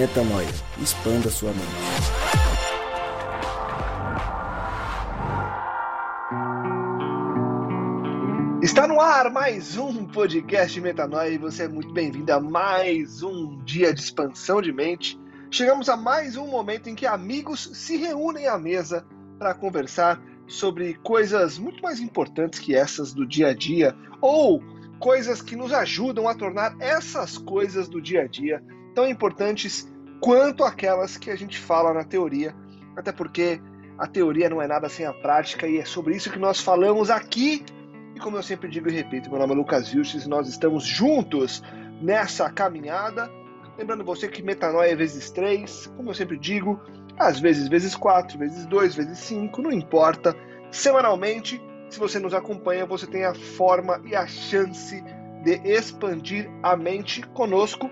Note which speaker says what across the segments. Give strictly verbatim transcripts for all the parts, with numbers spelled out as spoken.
Speaker 1: Metanoia. Expanda sua mente.
Speaker 2: Está no ar mais um podcast Metanoia e você é muito bem-vindo a mais um dia de expansão de mente. Chegamos a mais um momento em que amigos se reúnem à mesa para conversar sobre coisas muito mais importantes que essas do dia a dia ou coisas que nos ajudam a tornar essas coisas do dia a dia tão importantes quanto aquelas que a gente fala na teoria, até porque a teoria não é nada sem a prática e é sobre isso que nós falamos aqui. E como eu sempre digo e repito, meu nome é Lucas Vilches e nós estamos juntos nessa caminhada. Lembrando você que Metanoia é vezes três, como eu sempre digo, às vezes vezes quatro, vezes dois, vezes cinco, não importa. Semanalmente, se você nos acompanha, você tem a forma e a chance de expandir a mente conosco.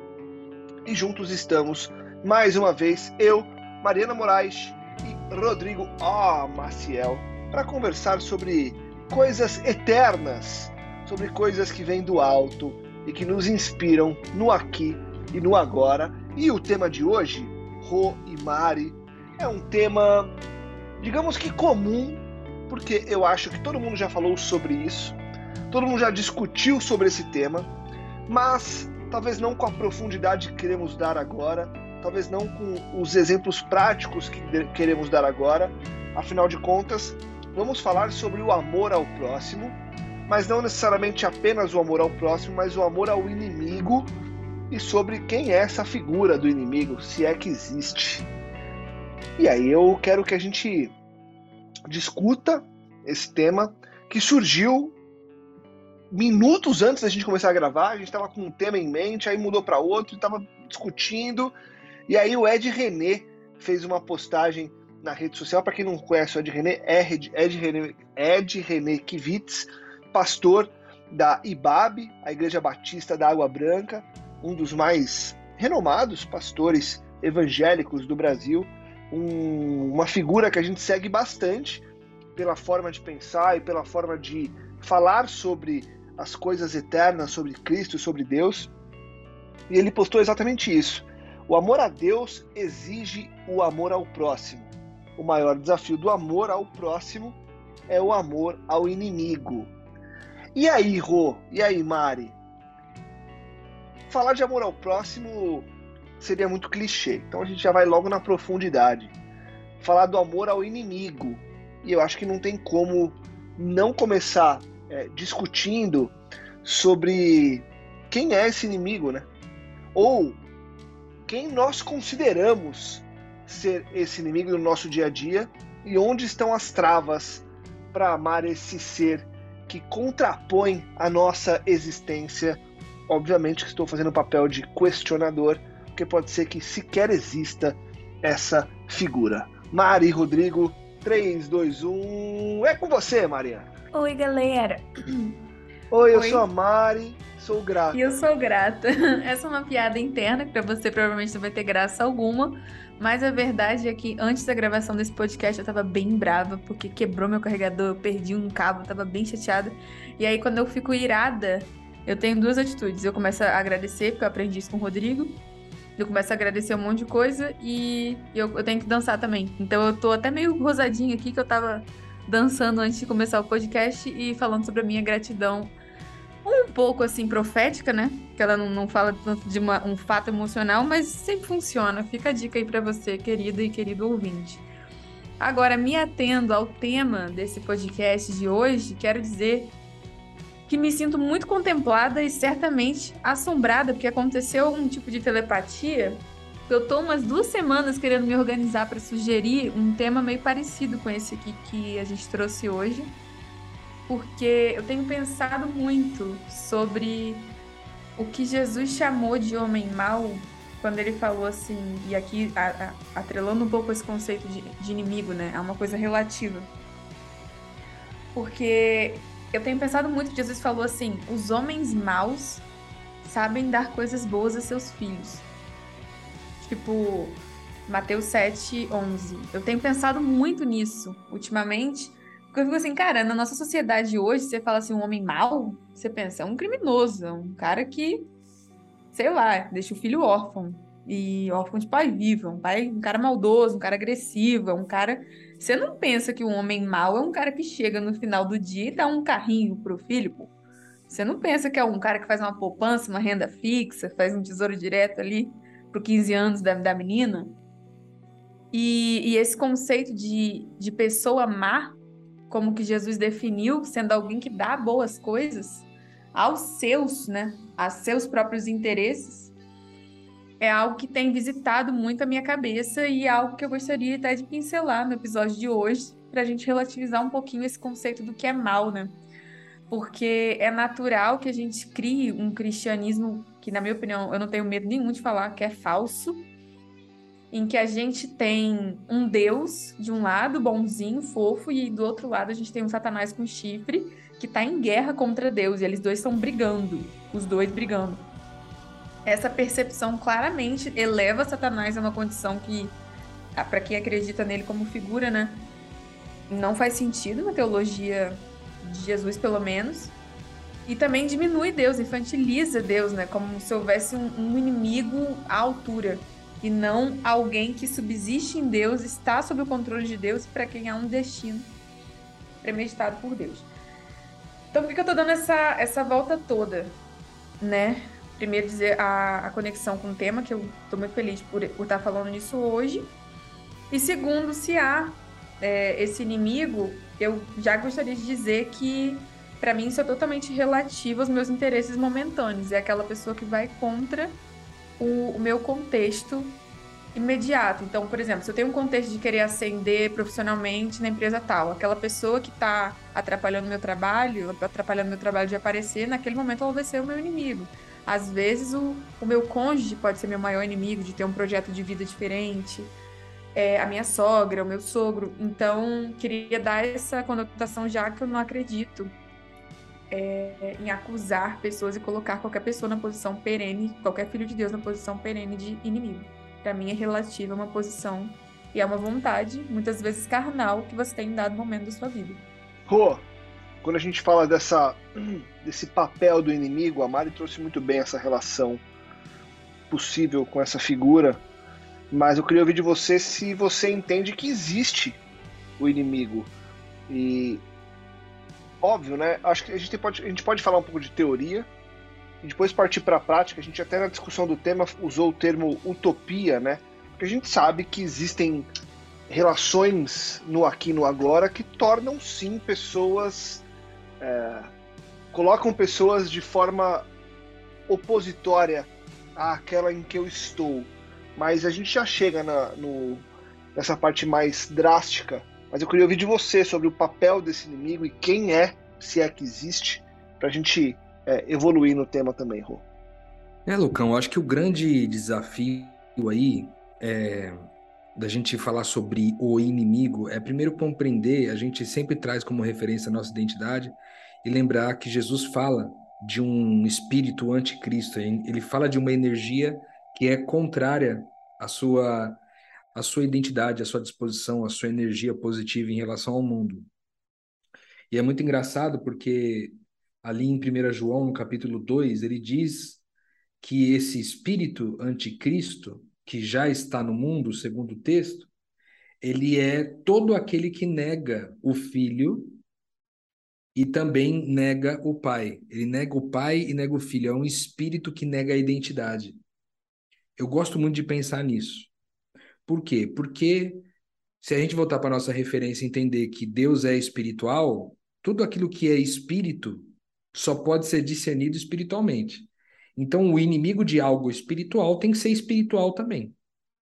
Speaker 2: E juntos estamos, mais uma vez, eu, Mariana Moraes e Rodrigo A. Maciel, para conversar sobre coisas eternas, sobre coisas que vêm do alto e que nos inspiram no aqui e no agora. E o tema de hoje, Rô e Mari, é um tema, digamos que comum, porque eu acho que todo mundo já falou sobre isso, todo mundo já discutiu sobre esse tema, mas talvez não com a profundidade que queremos dar agora, talvez não com os exemplos práticos que queremos dar agora. Afinal de contas, vamos falar sobre o amor ao próximo, mas não necessariamente apenas o amor ao próximo, mas o amor ao inimigo e sobre quem é essa figura do inimigo, se é que existe. E aí eu quero que a gente discuta esse tema que surgiu minutos antes da gente começar a gravar. A gente estava com um tema em mente, aí mudou para outro, estava discutindo, e aí o Ed René fez uma postagem na rede social. Para quem não conhece o Ed René, é Ed, Ed René, Ed René Kivitz, pastor da I B A B, a Igreja Batista da Água Branca, um dos mais renomados pastores evangélicos do Brasil, um, uma figura que a gente segue bastante pela forma de pensar e pela forma de falar sobre as coisas eternas, sobre Cristo, sobre Deus. E ele postou exatamente isso. O amor a Deus exige o amor ao próximo. O maior desafio do amor ao próximo é o amor ao inimigo. E aí, Rô? E aí, Mari? Falar de amor ao próximo seria muito clichê, então a gente já vai logo na profundidade. Falar do amor ao inimigo. E eu acho que não tem como não começar é, discutindo sobre quem é esse inimigo, né? Ou quem nós consideramos ser esse inimigo no nosso dia a dia e onde estão as travas para amar esse ser que contrapõe a nossa existência. Obviamente que estou fazendo o papel de questionador, porque pode ser que sequer exista essa figura. Mari, Rodrigo, três, dois, um... É com você, Maria.
Speaker 3: Oi, galera.
Speaker 2: Oi, eu
Speaker 3: Oi.
Speaker 2: sou a Mari, sou grata.
Speaker 3: E eu sou grata. Essa é uma piada interna que pra você provavelmente não vai ter graça alguma, mas a verdade é que antes da gravação desse podcast eu tava bem brava, porque quebrou meu carregador, eu perdi um cabo, eu tava bem chateada. E aí quando eu fico irada, eu tenho duas atitudes. Eu começo a agradecer, porque eu aprendi isso com o Rodrigo. Eu começo a agradecer um monte de coisa e eu, eu tenho que dançar também. Então eu tô até meio rosadinha aqui, que eu tava dançando antes de começar o podcast e falando sobre a minha gratidão um pouco assim profética, né? Que ela não, não fala tanto de uma, um fato emocional, mas sempre funciona. Fica a dica aí pra você, querida e querido ouvinte. Agora, me atendo ao tema desse podcast de hoje, quero dizer que me sinto muito contemplada e certamente assombrada, porque aconteceu um tipo de telepatia. Eu tô umas duas semanas querendo me organizar para sugerir um tema meio parecido com esse aqui que a gente trouxe hoje, porque eu tenho pensado muito sobre o que Jesus chamou de homem mau, quando ele falou assim, e aqui a, a, atrelando um pouco esse conceito de, de inimigo, né? É uma coisa relativa. Porque eu tenho pensado muito que Jesus falou assim, os homens maus sabem dar coisas boas a seus filhos. Tipo, Mateus sete, onze. Eu tenho pensado muito nisso ultimamente, porque eu fico assim, cara, na nossa sociedade hoje, você fala assim, um homem mau, você pensa, é um criminoso, é um cara que, sei lá, deixa o filho órfão. e órfão de pai vivo, é um pai, um cara maldoso, um cara agressivo, é um cara. Você não pensa que um homem mau é um cara que chega no final do dia e dá um carrinho pro filho, pô. Você não pensa que é um cara que faz uma poupança, uma renda fixa, faz um tesouro direto ali pro quinze anos da, da menina? E, e esse conceito de, de pessoa má, como que Jesus definiu, sendo alguém que dá boas coisas aos seus, né, a seus próprios interesses, é algo que tem visitado muito a minha cabeça e é algo que eu gostaria até de pincelar no episódio de hoje, para a gente relativizar um pouquinho esse conceito do que é mal, né? Porque é natural que a gente crie um cristianismo que, na minha opinião, eu não tenho medo nenhum de falar que é falso, em que a gente tem um Deus de um lado, bonzinho, fofo, e do outro lado a gente tem um Satanás com chifre que tá em guerra contra Deus, e eles dois estão brigando, os dois brigando. Essa percepção claramente eleva Satanás a uma condição que, para quem acredita nele como figura, né, não faz sentido na teologia de Jesus, pelo menos. E também diminui Deus, infantiliza Deus, né, como se houvesse um, um inimigo à altura. E não alguém que subsiste em Deus, está sob o controle de Deus, para quem há um destino premeditado por Deus. Então, por que eu tô dando essa, essa volta toda, né? Primeiro, dizer a, a conexão com o tema, que eu tô muito feliz por, por estar falando nisso hoje. E segundo, se há é, esse inimigo, eu já gostaria de dizer que, para mim, isso é totalmente relativo aos meus interesses momentâneos. É aquela pessoa que vai contra o, o meu contexto imediato. Então, por exemplo, se eu tenho um contexto de querer ascender profissionalmente na empresa tal, aquela pessoa que está atrapalhando meu trabalho, atrapalhando meu trabalho de aparecer, naquele momento ela vai ser o meu inimigo. Às vezes o, o meu cônjuge pode ser meu maior inimigo, de ter um projeto de vida diferente, é, a minha sogra, o meu sogro. Então, queria dar essa conotação, já que eu não acredito é, em acusar pessoas e colocar qualquer pessoa na posição perene, qualquer filho de Deus na posição perene de inimigo. Para mim é relativa a uma posição e a uma vontade, muitas vezes carnal, que você tem em dado momento da sua vida.
Speaker 2: Rô, quando a gente fala dessa, desse papel do inimigo, a Mari trouxe muito bem essa relação possível com essa figura, mas eu queria ouvir de você se você entende que existe o inimigo. E óbvio, né? Acho que a gente pode, a gente pode falar um pouco de teoria e depois partir para a prática. A gente até na discussão do tema usou o termo utopia, né? Porque a gente sabe que existem relações no aqui e no agora que tornam sim pessoas é, colocam pessoas de forma opositória àquela em que eu estou, mas a gente já chega na, no, nessa parte mais drástica. Mas eu queria ouvir de você sobre o papel desse inimigo e quem é, se é que existe, para a gente é, evoluir no tema também, Rô.
Speaker 4: É, Lucão, eu acho que o grande desafio aí é, da gente falar sobre o inimigo é primeiro compreender, a gente sempre traz como referência a nossa identidade e lembrar que Jesus fala de um espírito anticristo, ele fala de uma energia que é contrária à sua, à sua identidade, à sua disposição, à sua energia positiva em relação ao mundo. E é muito engraçado porque ali em primeiro João, no capítulo dois, ele diz que esse espírito anticristo, que já está no mundo, segundo o texto, ele é todo aquele que nega o filho e também nega o pai. Ele nega o pai e nega o filho. É um espírito que nega a identidade. Eu gosto muito de pensar nisso. Por quê? Porque se a gente voltar para a nossa referência e entender que Deus é espiritual, tudo aquilo que é espírito só pode ser discernido espiritualmente. Então, o inimigo de algo espiritual tem que ser espiritual também.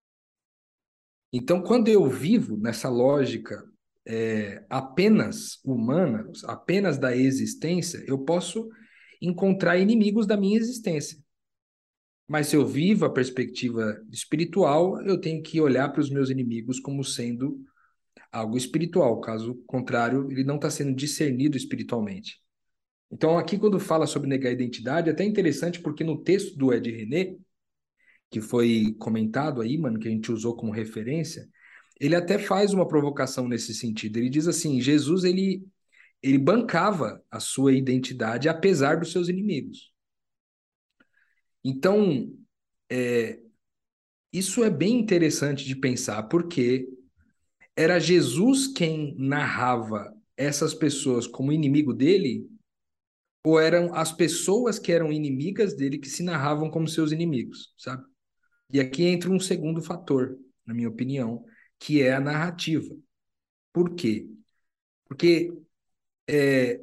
Speaker 4: Então, quando eu vivo nessa lógica é, apenas humana, apenas da existência, eu posso encontrar inimigos da minha existência. Mas se eu vivo a perspectiva espiritual, eu tenho que olhar para os meus inimigos como sendo algo espiritual. Caso contrário, ele não está sendo discernido espiritualmente. Então, aqui, quando fala sobre negar a identidade, é até interessante porque no texto do Ed René, que foi comentado aí, mano, que a gente usou como referência, ele até faz uma provocação nesse sentido. Ele diz assim, Jesus, ele, ele bancava a sua identidade apesar dos seus inimigos. Então, é, Isso é bem interessante de pensar, porque era Jesus quem narrava essas pessoas como inimigo dele, ou eram as pessoas que eram inimigas dele que se narravam como seus inimigos, sabe? E aqui entra um segundo fator, na minha opinião, que é a narrativa. Por quê? Porque é,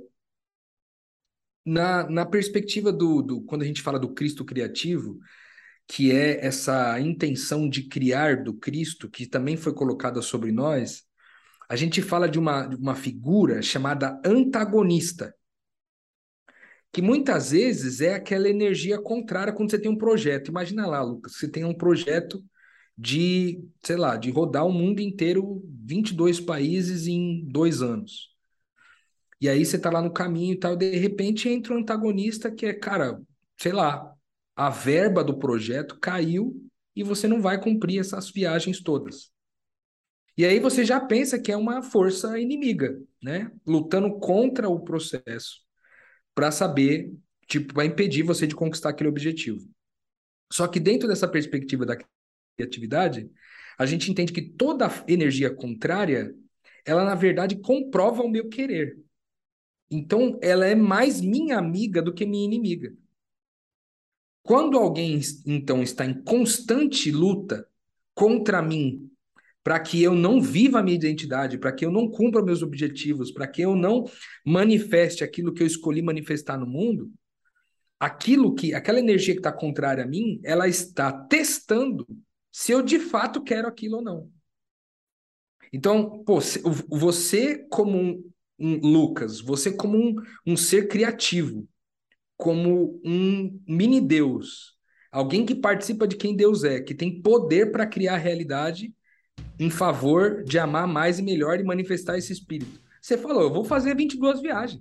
Speaker 4: na, na perspectiva do, do... Quando a gente fala do Cristo criativo, que é essa intenção de criar do Cristo, que também foi colocada sobre nós, a gente fala de uma, de uma figura chamada antagonista, que muitas vezes é aquela energia contrária quando você tem um projeto. Imagina lá, Lucas, você tem um projeto de, sei lá, de rodar o mundo inteiro, vinte e dois países em dois anos. E aí você tá lá no caminho e tal, de repente entra um antagonista que é, cara, sei lá, a verba do projeto caiu e você não vai cumprir essas viagens todas. E aí você já pensa que é uma força inimiga, né? Lutando contra o processo para saber, tipo, para impedir você de conquistar aquele objetivo. Só que dentro dessa perspectiva da criatividade, a gente entende que toda energia contrária, ela na verdade comprova o meu querer. Então, ela é mais minha amiga do que minha inimiga. Quando alguém, então, está em constante luta contra mim, para que eu não viva a minha identidade, para que eu não cumpra meus objetivos, para que eu não manifeste aquilo que eu escolhi manifestar no mundo, aquilo que, aquela energia que está contrária a mim, ela está testando se eu de fato quero aquilo ou não. Então, pô, você como um, um Lucas, você como um, um ser criativo, como um mini Deus, alguém que participa de quem Deus é, que tem poder para criar a realidade em favor de amar mais e melhor e manifestar esse espírito. Você falou, eu vou fazer vinte e duas viagens.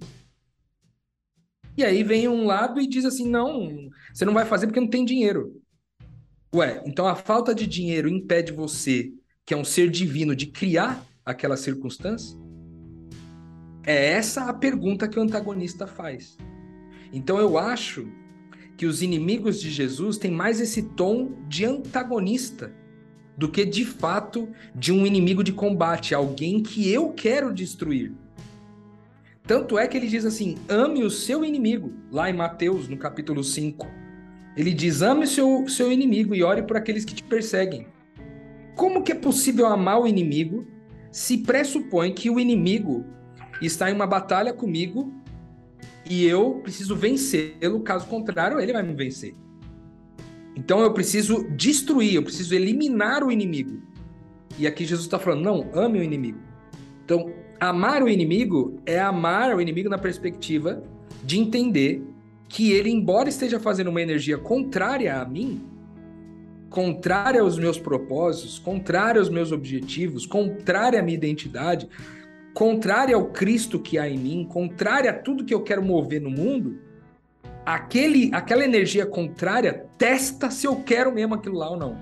Speaker 4: E aí vem um lado e diz assim, não, você não vai fazer porque não tem dinheiro. Ué, então a falta de dinheiro impede você, que é um ser divino, de criar aquela circunstância? É essa a pergunta que o antagonista faz. Então eu acho que os inimigos de Jesus têm mais esse tom de antagonista do que, de fato, de um inimigo de combate, alguém que eu quero destruir. Tanto é que ele diz assim, ame o seu inimigo, lá em Mateus, no capítulo cinco. Ele diz, ame o seu, seu inimigo e ore por aqueles que te perseguem. Como que é possível amar o inimigo se pressupõe que o inimigo está em uma batalha comigo e eu preciso vencê-lo, caso contrário, ele vai me vencer. Então eu preciso destruir, eu preciso eliminar o inimigo. E aqui Jesus está falando, não, ame o inimigo. Então, amar o inimigo é amar o inimigo na perspectiva de entender que ele, embora esteja fazendo uma energia contrária a mim, contrária aos meus propósitos, contrária aos meus objetivos, contrária à minha identidade, contrária ao Cristo que há em mim, contrária a tudo que eu quero mover no mundo, aquele, aquela energia contrária testa se eu quero mesmo aquilo lá ou não.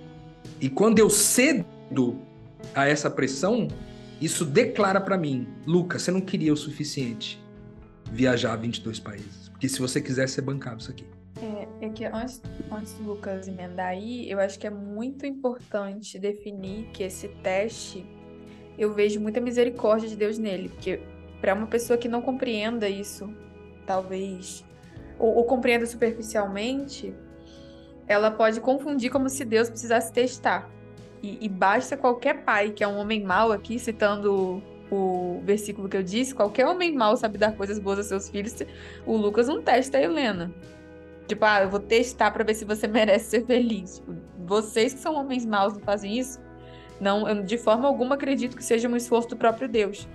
Speaker 4: E quando eu cedo a essa pressão, isso declara para mim, Lucas, você não queria o suficiente viajar a vinte e dois países, porque se você quisesse, você bancava isso aqui.
Speaker 3: É, é que antes, antes do Lucas emendar aí, eu acho que é muito importante definir que esse teste, eu vejo muita misericórdia de Deus nele, porque para uma pessoa que não compreenda isso, talvez, ou, ou compreenda superficialmente, ela pode confundir como se Deus precisasse testar. E, e basta qualquer pai, que é um homem mau aqui, citando o versículo que eu disse, qualquer homem mau sabe dar coisas boas aos seus filhos, o Lucas não testa a Helena. Tipo, ah, eu vou testar pra ver se você merece ser feliz. Tipo, vocês que são homens maus não fazem isso? Não, eu de forma alguma acredito que seja um esforço do próprio Deus.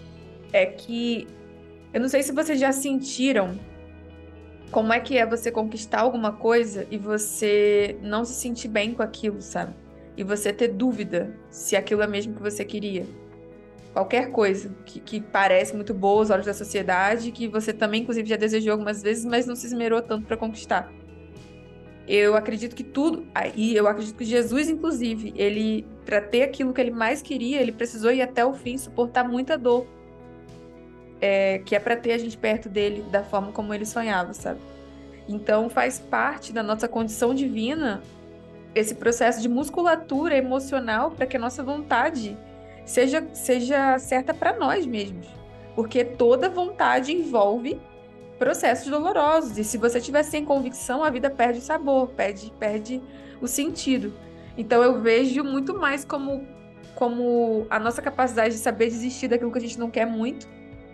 Speaker 3: É que, eu não sei se vocês já sentiram como é que é você conquistar alguma coisa e você não se sentir bem com aquilo, sabe? E você ter dúvida se aquilo é mesmo que você queria. Qualquer coisa que, que parece muito boa aos olhos da sociedade, que você também, inclusive, já desejou algumas vezes, mas não se esmerou tanto para conquistar. Eu acredito que tudo... E eu acredito que Jesus, inclusive, ele, para ter aquilo que ele mais queria, ele precisou ir até o fim, suportar muita dor. É, que é para ter a gente perto dele, da forma como ele sonhava, sabe? Então, faz parte da nossa condição divina esse processo de musculatura emocional para que a nossa vontade seja, seja certa para nós mesmos. Porque toda vontade envolve processos dolorosos. E se você tiver sem convicção, a vida perde o sabor, perde, perde o sentido. Então eu vejo muito mais como, como a nossa capacidade de saber desistir daquilo que a gente não quer muito.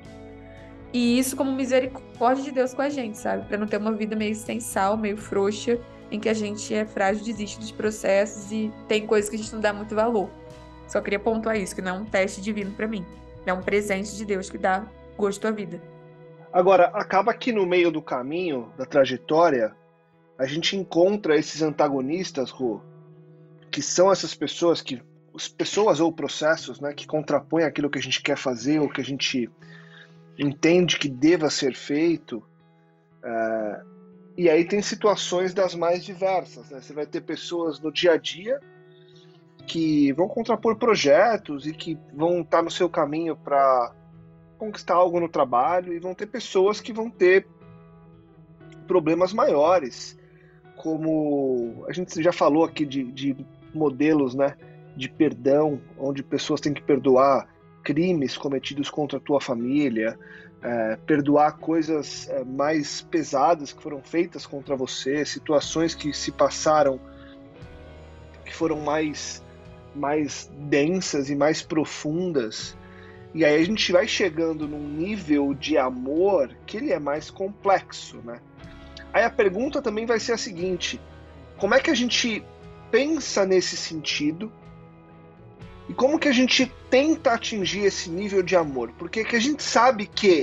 Speaker 3: E isso como misericórdia de Deus com a gente, sabe? Para não ter uma vida meio sem sal, meio frouxa, em que a gente é frágil, desiste dos processos e tem coisas que a gente não dá muito valor. Só queria pontuar isso, que não é um teste divino para mim. É um presente de Deus que dá gosto à vida.
Speaker 2: Agora, acaba que no meio do caminho, da trajetória, a gente encontra esses antagonistas, Rô, que são essas pessoas que, as pessoas ou processos, né, que contrapõem aquilo que a gente quer fazer ou que a gente entende que deva ser feito. É, e aí tem situações das mais diversas, né? Você vai ter pessoas no dia a dia que vão contrapor projetos e que vão estar no seu caminho para conquistar algo no trabalho, e vão ter pessoas que vão ter problemas maiores, como a gente já falou aqui de, de modelos, né, de perdão, onde pessoas têm que perdoar crimes cometidos contra a tua família, é, perdoar coisas é, mais pesadas que foram feitas contra você, situações que se passaram que foram mais, mais densas e mais profundas. E aí a gente vai chegando num nível de amor que ele é mais complexo, né? Aí a pergunta também vai ser a seguinte: como é que a gente pensa nesse sentido? E como que a gente tenta atingir esse nível de amor? Porque que a gente sabe que,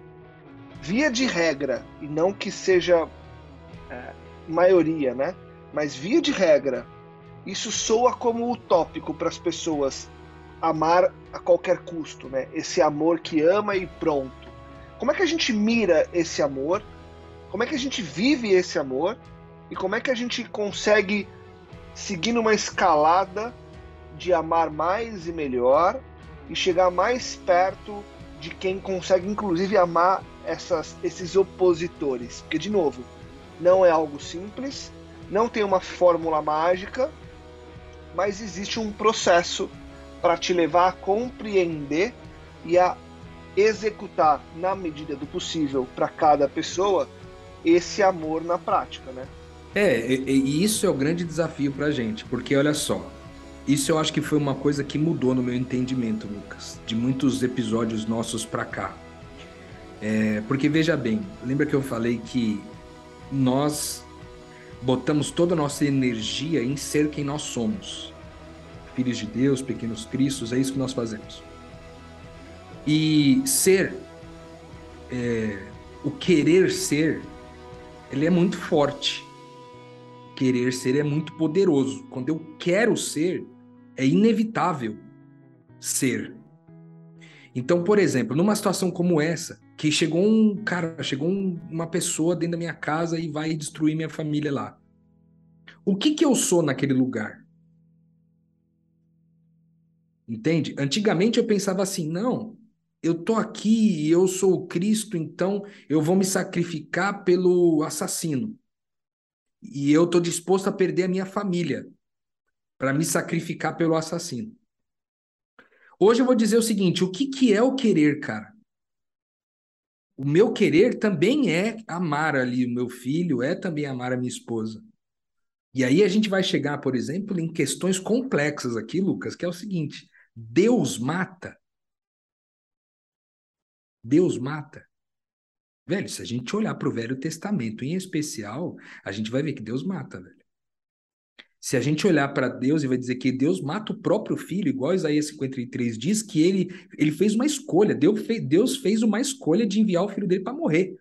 Speaker 2: via de regra, e não que seja é, maioria, né? Mas via de regra, isso soa como utópico para as pessoas, amar a qualquer custo, né? Esse amor que ama e pronto. Como é que a gente mira esse amor? Como é que a gente vive esse amor? E como é que a gente consegue seguir numa escalada de amar mais e melhor e chegar mais perto de quem consegue, inclusive, amar essas, esses opositores? Porque, de novo, não é algo simples, não tem uma fórmula mágica, mas existe um processo para te levar a compreender e a executar, na medida do possível, para cada pessoa, esse amor na prática, né?
Speaker 4: É, e, e isso é o grande desafio pra gente, porque olha só, isso eu acho que foi uma coisa que mudou no meu entendimento, Lucas, de muitos episódios nossos pra cá. É, porque veja bem, lembra que eu falei que nós botamos toda a nossa energia em ser quem nós somos? Filhos de Deus, pequenos cristos, é isso que nós fazemos. E ser, é, o querer ser, ele é muito forte. Querer ser é muito poderoso. Quando eu quero ser, é inevitável ser. Então, por exemplo, numa situação como essa, que chegou um cara, chegou um, uma pessoa dentro da minha casa e vai destruir minha família lá. O que que eu sou naquele lugar? Entende? Antigamente eu pensava assim, não, eu tô aqui e eu sou o Cristo, então eu vou me sacrificar pelo assassino. E eu tô disposto a perder a minha família para me sacrificar pelo assassino. Hoje eu vou dizer o seguinte, o que que é o querer, cara? O meu querer também é amar ali o meu filho, é também amar a minha esposa. E aí a gente vai chegar, por exemplo, em questões complexas aqui, Lucas, que é o seguinte, Deus mata. Deus mata. Velho, se a gente olhar para o Velho Testamento em especial, a gente vai ver que Deus mata, velho. Se a gente olhar para Deus e vai dizer que Deus mata o próprio filho, igual Isaías cinquenta e três diz, que ele, ele fez uma escolha, Deus fez, Deus fez uma escolha de enviar o filho dele para morrer.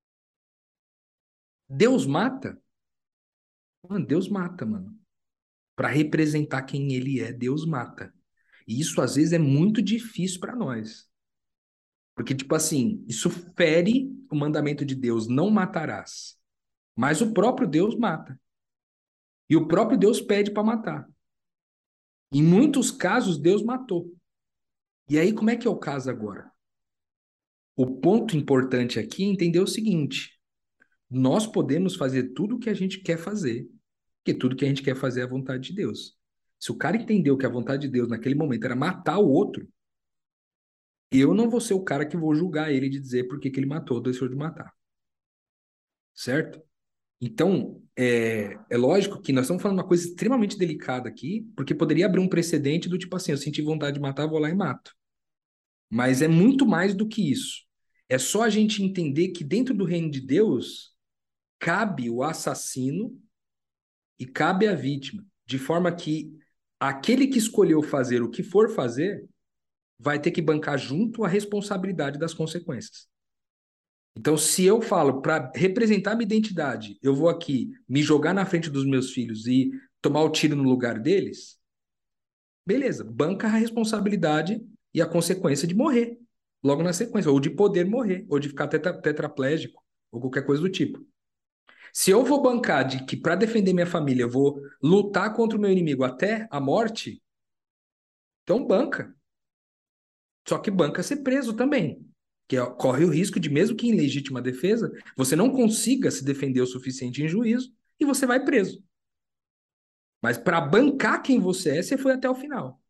Speaker 4: Deus mata? Mano, Deus mata, mano. Para representar quem ele é, Deus mata. E isso às vezes é muito difícil para nós. Porque, tipo assim, isso fere o mandamento de Deus, não matarás. Mas o próprio Deus mata. E o próprio Deus pede para matar. Em muitos casos, Deus matou. E aí, como é que é o caso agora? O ponto importante aqui é entender o seguinte: nós podemos fazer tudo o que a gente quer fazer, Porque tudo que a gente quer fazer é a vontade de Deus. Se o cara entendeu que a vontade de Deus naquele momento era matar o outro, eu não vou ser o cara que vou julgar ele de dizer por que que ele matou ou deixou de matar. Certo? Então, é, é lógico que nós estamos falando uma coisa extremamente delicada aqui, porque poderia abrir um precedente do tipo assim, eu senti vontade de matar, vou lá e mato. Mas é muito mais do que isso. É só a gente entender que dentro do reino de Deus cabe o assassino e cabe a vítima, de forma que aquele que escolheu fazer o que for fazer vai ter que bancar junto a responsabilidade das consequências. Então, se eu falo para representar minha identidade, eu vou aqui me jogar na frente dos meus filhos e tomar o tiro no lugar deles, beleza, banca a responsabilidade e a consequência de morrer logo na sequência, ou de poder morrer, ou de ficar tetra tetraplégico, ou qualquer coisa do tipo. Se eu vou bancar de que para defender minha família eu vou lutar contra o meu inimigo até a morte, então banca. Só que banca ser preso também. Que corre o risco de, mesmo que em legítima defesa, você não consiga se defender o suficiente em juízo e você vai preso. Mas para bancar quem você é, você foi até o final.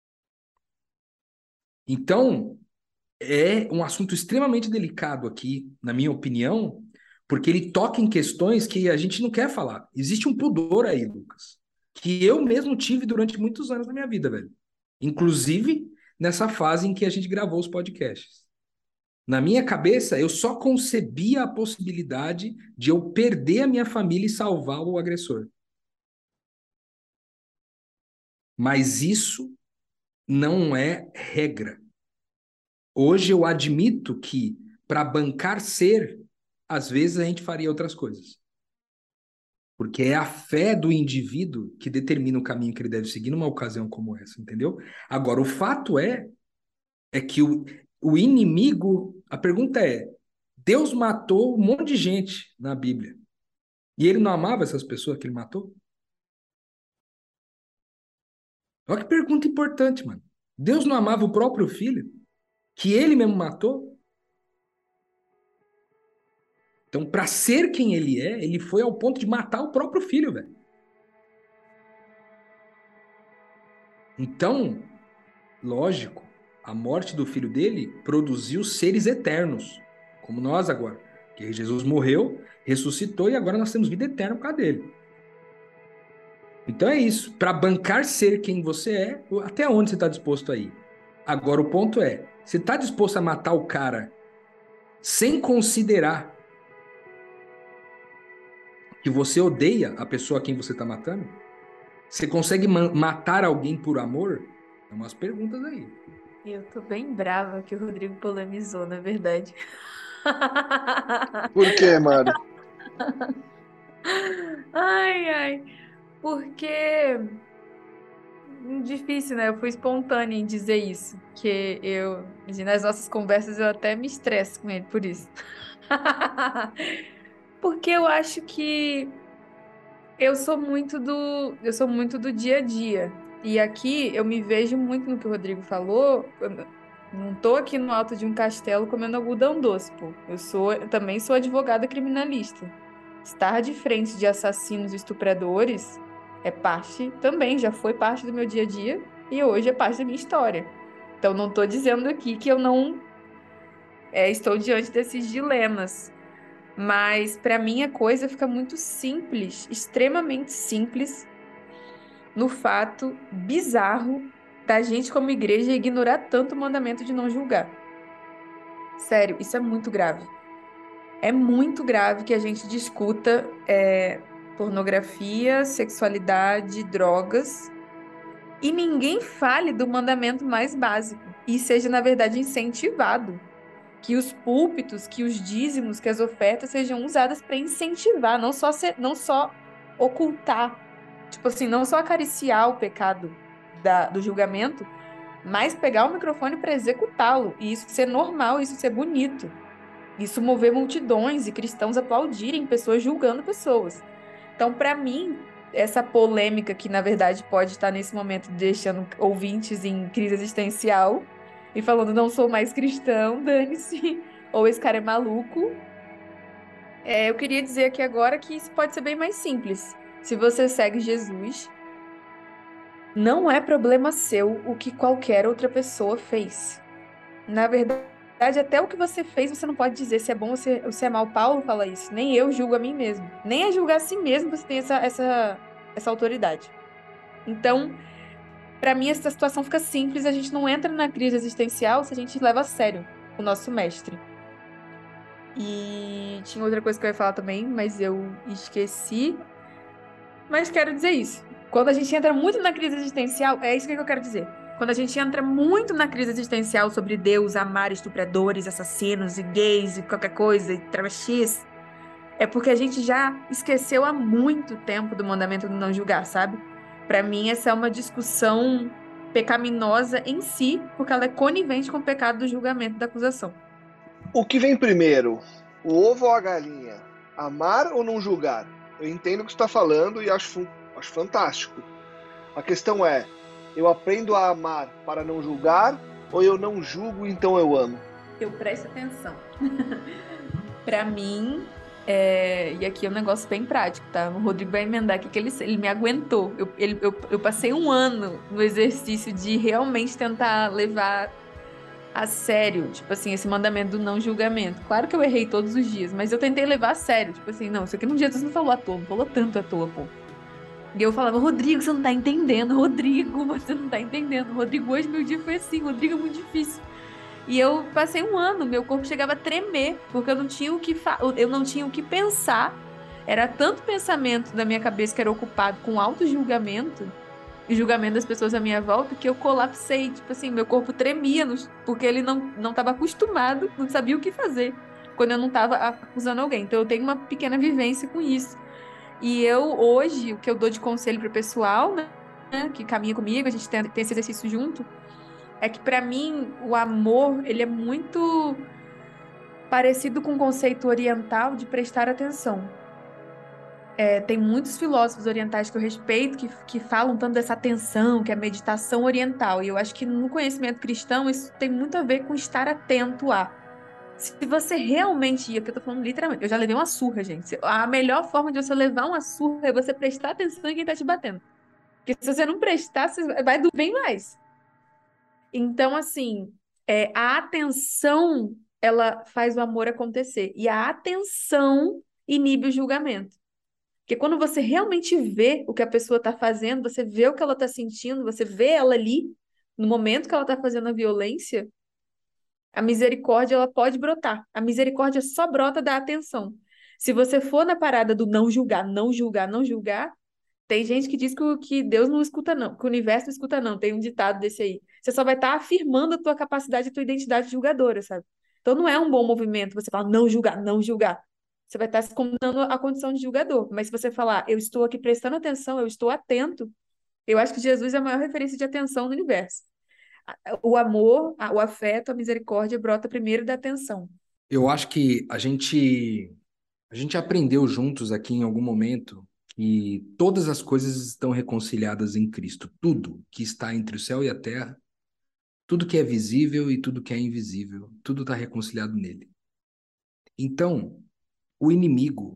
Speaker 4: Então, é um assunto extremamente delicado aqui, na minha opinião, porque ele toca em questões que a gente não quer falar. Existe um pudor aí, Lucas, que eu mesmo tive durante muitos anos da minha vida, velho. Inclusive nessa fase em que a gente gravou os podcasts. Na minha cabeça, eu só concebia a possibilidade de eu perder a minha família e salvar o agressor. Mas isso não é regra. Hoje eu admito que, para bancar ser, às vezes a gente faria outras coisas. Porque é a fé do indivíduo que determina o caminho que ele deve seguir numa ocasião como essa, entendeu? Agora, o fato é, é que o, o inimigo... A pergunta é, Deus matou um monte de gente na Bíblia. E ele não amava essas pessoas que ele matou? Olha que pergunta importante, mano. Deus não amava o próprio filho? Que ele mesmo matou? Então, para ser quem ele é, ele foi ao ponto de matar o próprio filho, velho. Então, lógico, a morte do filho dele produziu seres eternos, como nós agora. Que Jesus morreu, ressuscitou e agora nós temos vida eterna por causa dele. Então é isso. Para bancar ser quem você é, até onde você está disposto a ir? Agora o ponto é, você está disposto a matar o cara sem considerar que você odeia a pessoa a quem você está matando? Você consegue ma- matar alguém por amor? É umas perguntas aí.
Speaker 3: Eu tô bem brava que o Rodrigo polemizou, na verdade.
Speaker 2: Por quê, Mari?
Speaker 3: Ai, ai. Porque difícil, né? Eu fui espontânea em dizer isso. Que eu, nas nossas conversas, eu até me estresso com ele por isso. Porque eu acho que eu sou muito do, eu sou muito do dia a dia. E aqui eu me vejo muito no que o Rodrigo falou. Eu não tô aqui no alto de um castelo comendo algodão doce, pô. Eu sou, eu também sou advogada criminalista. Estar de frente de assassinos e estupradores é parte, também já foi parte do meu dia a dia e hoje é parte da minha história. Então não tô dizendo aqui que eu não é, estou diante desses dilemas. Mas para mim a coisa fica muito simples, extremamente simples, no fato bizarro da gente como igreja ignorar tanto o mandamento de não julgar. Sério, isso é muito grave. É muito grave que a gente discuta é, pornografia, sexualidade, drogas e ninguém fale do mandamento mais básico e seja, na verdade, incentivado. Que os púlpitos, que os dízimos, que as ofertas sejam usadas para incentivar, não só, ser, não só ocultar, tipo assim, não só acariciar o pecado da, do julgamento, mas pegar o microfone para executá-lo, e isso ser normal, isso ser bonito, isso mover multidões e cristãos aplaudirem pessoas julgando pessoas. Então, para mim, essa polêmica que, na verdade, pode estar nesse momento deixando ouvintes em crise existencial e falando, não sou mais cristão, dane-se, ou esse cara é maluco. É, eu queria dizer aqui agora que isso pode ser bem mais simples. Se você segue Jesus, não é problema seu o que qualquer outra pessoa fez. Na verdade, até o que você fez, você não pode dizer se é bom ou se, ou se é mal. Paulo fala isso. Nem eu julgo a mim mesmo. Nem a julgar a si mesmo você tem essa, essa, essa autoridade. Então, pra mim, essa situação fica simples. A gente não entra na crise existencial se a gente leva a sério o nosso mestre. E tinha outra coisa que eu ia falar também, mas eu esqueci. Mas quero dizer isso. Quando a gente entra muito na crise existencial, é isso que eu quero dizer. Quando a gente entra muito na crise existencial sobre Deus amar estupradores, assassinos e gays e qualquer coisa, e travestis, é porque a gente já esqueceu há muito tempo do mandamento do não julgar, sabe? Pra mim, essa é uma discussão pecaminosa em si, porque ela é conivente com o pecado do julgamento da acusação.
Speaker 2: O que vem primeiro, o ovo ou a galinha? Amar ou não julgar? Eu entendo o que você está falando e acho, acho fantástico. A questão é, eu aprendo a amar para não julgar ou eu não julgo, então eu amo?
Speaker 3: Eu presto atenção. Pra mim, é... e aqui é um negócio bem prático, tá? O Rodrigo vai emendar aqui que ele, ele me aguentou. Eu, ele, eu, eu passei um ano no exercício de realmente tentar levar a sério, tipo assim, esse mandamento do não julgamento. Claro que eu errei todos os dias, mas eu tentei levar a sério. Tipo assim, não, isso aqui num dia Jesus não falou à toa, não falou tanto à toa, pô. E eu falava, Rodrigo, você não tá entendendo, Rodrigo, você não tá entendendo. Rodrigo, hoje meu dia foi assim, Rodrigo, é muito difícil. E eu passei um ano, meu corpo chegava a tremer, porque eu não tinha o que fa... eu não tinha o que pensar. Era tanto pensamento da minha cabeça que era ocupado com auto-julgamento e julgamento das pessoas à minha volta que eu colapsei. Tipo assim, meu corpo tremia, no- porque ele não não estava acostumado, não sabia o que fazer quando eu não estava acusando alguém. Então eu tenho uma pequena vivência com isso. E eu, hoje, o que eu dou de conselho pro pessoal, né, que caminha comigo, a gente tem, tem esse exercício junto, é que pra mim o amor, ele é muito parecido com o conceito oriental de prestar atenção. É, tem muitos filósofos orientais que eu respeito que, que falam tanto dessa atenção, que é a meditação oriental. E eu acho que no conhecimento cristão isso tem muito a ver com estar atento a. Se você realmente ia, porque eu tô falando literalmente, eu já levei uma surra, gente. A melhor forma de você levar uma surra é você prestar atenção em quem tá te batendo. Porque se você não prestar, você vai doer bem mais. Então, assim, é, a atenção, ela faz o amor acontecer. E a atenção inibe o julgamento. Porque quando você realmente vê o que a pessoa está fazendo, você vê o que ela está sentindo, você vê ela ali, no momento que ela está fazendo a violência, a misericórdia ela pode brotar. A misericórdia só brota da atenção. Se você for na parada do não julgar, não julgar, não julgar, tem gente que diz que, o- que Deus não escuta, não, que o universo não escuta, não. Tem um ditado desse aí. Você só vai estar afirmando a tua capacidade, a tua identidade julgadora, sabe? Então não é um bom movimento você falar não julgar, não julgar. Você vai estar se condenando à condição de julgador. Mas se você falar, eu estou aqui prestando atenção, eu estou atento, eu acho que Jesus é a maior referência de atenção no universo. A- O amor, a- o afeto, a misericórdia brota primeiro da atenção.
Speaker 4: Eu acho que a gente a gente aprendeu juntos aqui em algum momento que todas as coisas estão reconciliadas em Cristo. Tudo que está entre o céu e a terra, tudo que é visível e tudo que é invisível, tudo está reconciliado nele. Então, o inimigo,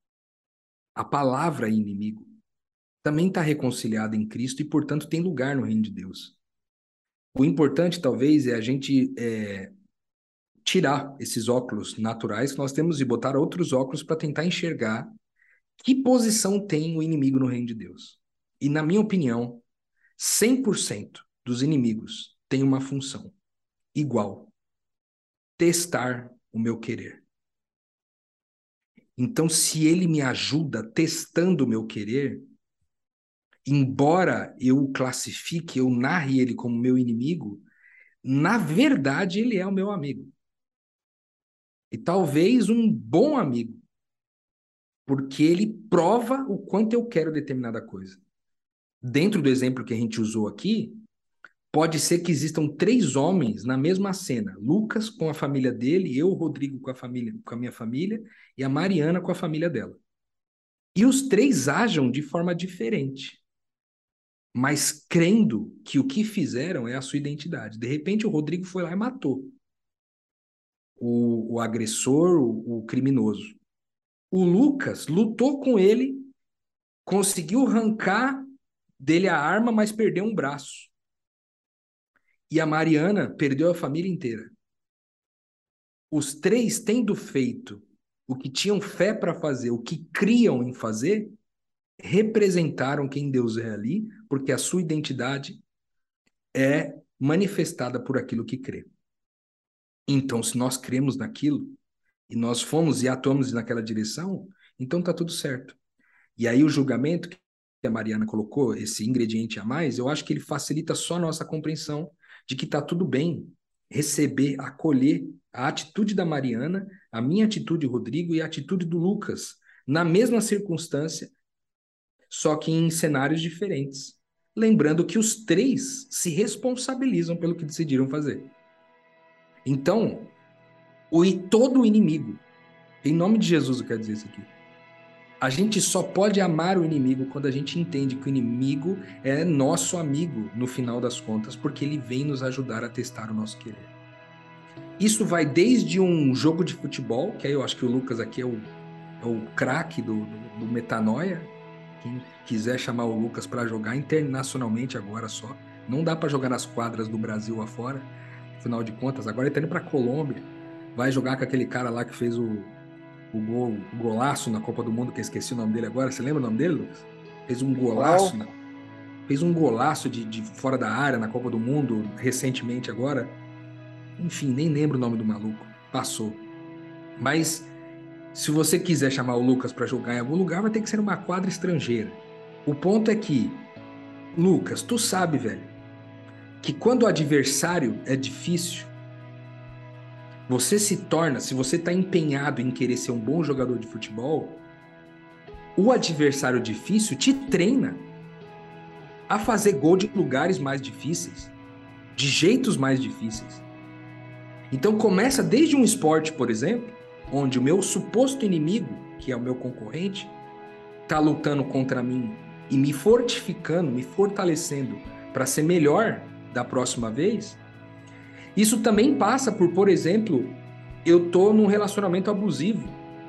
Speaker 4: a palavra inimigo, também está reconciliada em Cristo e, portanto, tem lugar no reino de Deus. O importante, talvez, é a gente é, tirar esses óculos naturais que nós temos e botar outros óculos para tentar enxergar que posição tem o inimigo no reino de Deus. E, na minha opinião, cem por cento dos inimigos têm uma função igual: testar o meu querer. Então, se ele me ajuda testando o meu querer, embora eu o classifique, eu narre ele como meu inimigo, na verdade ele é o meu amigo. E talvez um bom amigo, porque ele prova o quanto eu quero determinada coisa. Dentro do exemplo que a gente usou aqui, pode ser que existam três homens na mesma cena: Lucas com a família dele, eu, Rodrigo, com a família, com a minha família, e a Mariana com a família dela. E os três ajam de forma diferente, mas crendo que o que fizeram é a sua identidade. De repente, o Rodrigo foi lá e matou o, o agressor, o, o criminoso. O Lucas lutou com ele conseguiu arrancar dele a arma, mas perdeu um braço. E a Mariana perdeu a família inteira. Os três, tendo feito o que tinham fé para fazer, o que criam em fazer, representaram quem Deus é ali, porque a sua identidade é manifestada por aquilo que crê. Então, se nós cremos naquilo, e nós fomos e atuamos naquela direção, então está tudo certo. E aí o julgamento que a Mariana colocou, esse ingrediente a mais, eu acho que ele facilita só a nossa compreensão de que está tudo bem receber, acolher a atitude da Mariana, a minha atitude, Rodrigo, e a atitude do Lucas, na mesma circunstância, só que em cenários diferentes. Lembrando que os três se responsabilizam pelo que decidiram fazer. Então, o, todo o inimigo, em nome de Jesus eu quero dizer isso aqui, a gente só pode amar o inimigo quando a gente entende que o inimigo é nosso amigo no final das contas, porque ele vem nos ajudar a testar o nosso querer. Isso vai desde um jogo de futebol, que aí eu acho que o Lucas aqui é o, é o craque do, do, do Metanoia. Quem quiser chamar o Lucas para jogar internacionalmente agora só, não dá para jogar nas quadras do Brasil afora, afinal de contas, agora ele tá indo para Colômbia, vai jogar com aquele cara lá que fez o O, gol, o golaço na Copa do Mundo, que eu esqueci o nome dele agora. Você lembra o nome dele, Lucas? Fez um golaço, na, fez um golaço de, de fora da área na Copa do Mundo recentemente agora. Enfim, nem lembro o nome do maluco. Passou. Mas se você quiser chamar o Lucas para jogar em algum lugar, vai ter que ser numa quadra estrangeira. O ponto é que, Lucas, tu sabe, velho, que quando o adversário é difícil, você se torna, se você está empenhado em querer ser um bom jogador de futebol, o adversário difícil te treina a fazer gol de lugares mais difíceis, de jeitos mais difíceis. Então começa desde um esporte, por exemplo, onde o meu suposto inimigo, que é o meu concorrente, está lutando contra mim e me fortificando, me fortalecendo para ser melhor da próxima vez. Isso também passa por, por exemplo, eu tô num relacionamento abusivo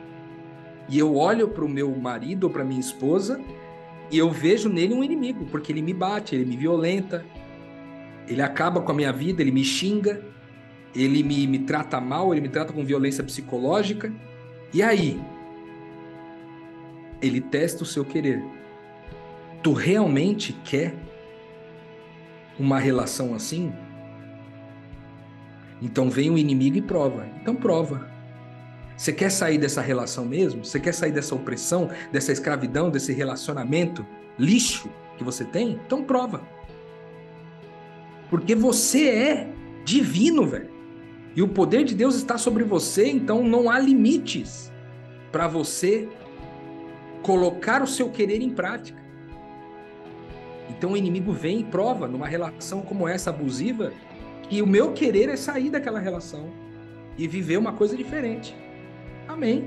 Speaker 4: e eu olho para o meu marido ou para minha esposa e eu vejo nele um inimigo, porque ele me bate, ele me violenta, ele acaba com a minha vida, ele me xinga, ele me, me trata mal, ele me trata com violência psicológica. E aí? Ele testa o seu querer. Tu realmente quer uma relação assim? Então vem o inimigo e prova. Então prova. Você quer sair dessa relação mesmo? Você quer sair dessa opressão, dessa escravidão, desse relacionamento lixo que você tem? Então prova. Porque você é divino, velho. E o poder de Deus está sobre você, então não há limites para você colocar o seu querer em prática. Então o inimigo vem e prova numa relação como essa abusiva que o meu querer é sair daquela relação e viver uma coisa diferente. Amém.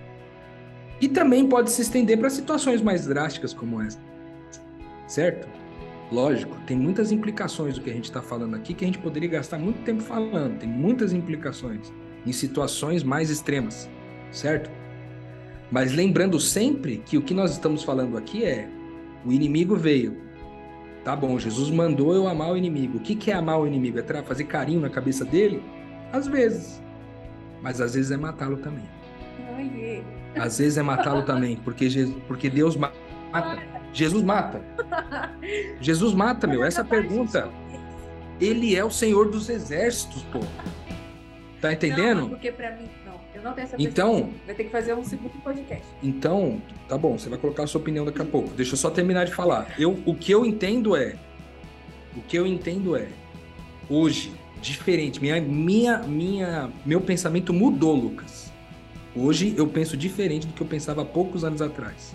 Speaker 4: E também pode se estender para situações mais drásticas como essa. Certo? Lógico, tem muitas implicações do que a gente está falando aqui que a gente poderia gastar muito tempo falando. Tem muitas implicações em situações mais extremas. Certo? Mas lembrando sempre que o que nós estamos falando aqui é o inimigo veio. Tá bom, Jesus mandou eu amar o inimigo. O que, que é amar o inimigo? É fazer carinho na cabeça dele? Às vezes. Mas às vezes é matá-lo também.
Speaker 3: Ai,
Speaker 4: às vezes é matá-lo também, porque, Jesus, porque Deus mata. Jesus mata. Jesus mata, meu. Essa pergunta. Ele é o Senhor dos exércitos, pô. Tá entendendo?
Speaker 3: Não, porque pra mim, não. Eu não tenho essa
Speaker 4: Então,
Speaker 3: perspectiva. Vai ter que fazer um segundo podcast.
Speaker 4: Então, tá bom, você vai colocar a sua opinião daqui a pouco. Deixa eu só terminar de falar. Eu, o que eu entendo é, o que eu entendo é, hoje, diferente, minha, minha, minha, meu pensamento mudou, Lucas. Hoje eu penso diferente do que eu pensava há poucos anos atrás.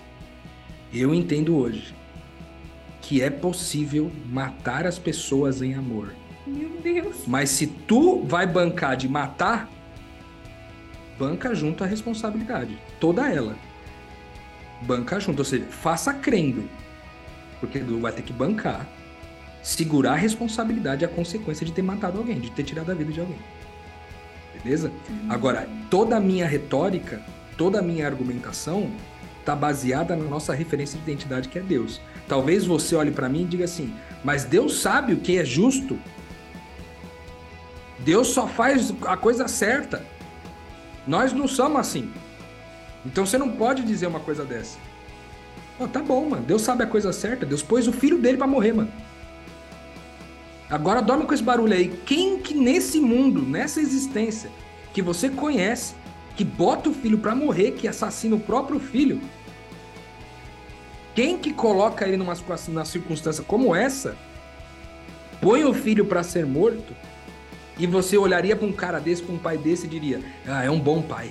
Speaker 4: Eu entendo hoje que é possível matar as pessoas em amor.
Speaker 3: Meu Deus.
Speaker 4: Mas se tu vai bancar de matar, banca junto a responsabilidade, toda ela. Banca junto, ou seja, faça crendo, porque tu vai ter que bancar, segurar a responsabilidade e a consequência de ter matado alguém, de ter tirado a vida de alguém. Beleza? Uhum. Agora, toda a minha retórica toda a minha argumentação está baseada na nossa referência de identidade, que é Deus. Talvez você olhe para mim e diga assim, mas Deus sabe o que é justo. Deus só faz a coisa certa. Nós não somos assim. Então você não pode dizer uma coisa dessa. Oh, tá bom, mano. Deus sabe a coisa certa. Deus pôs o filho dele para morrer, mano. Agora dorme com esse barulho aí. Quem que nesse mundo, nessa existência, que você conhece, que bota o filho para morrer, que assassina o próprio filho, quem que coloca ele numa, numa circunstância como essa, põe o filho para ser morto, e você olharia para um cara desse, para um pai desse e diria, ah, é um bom pai.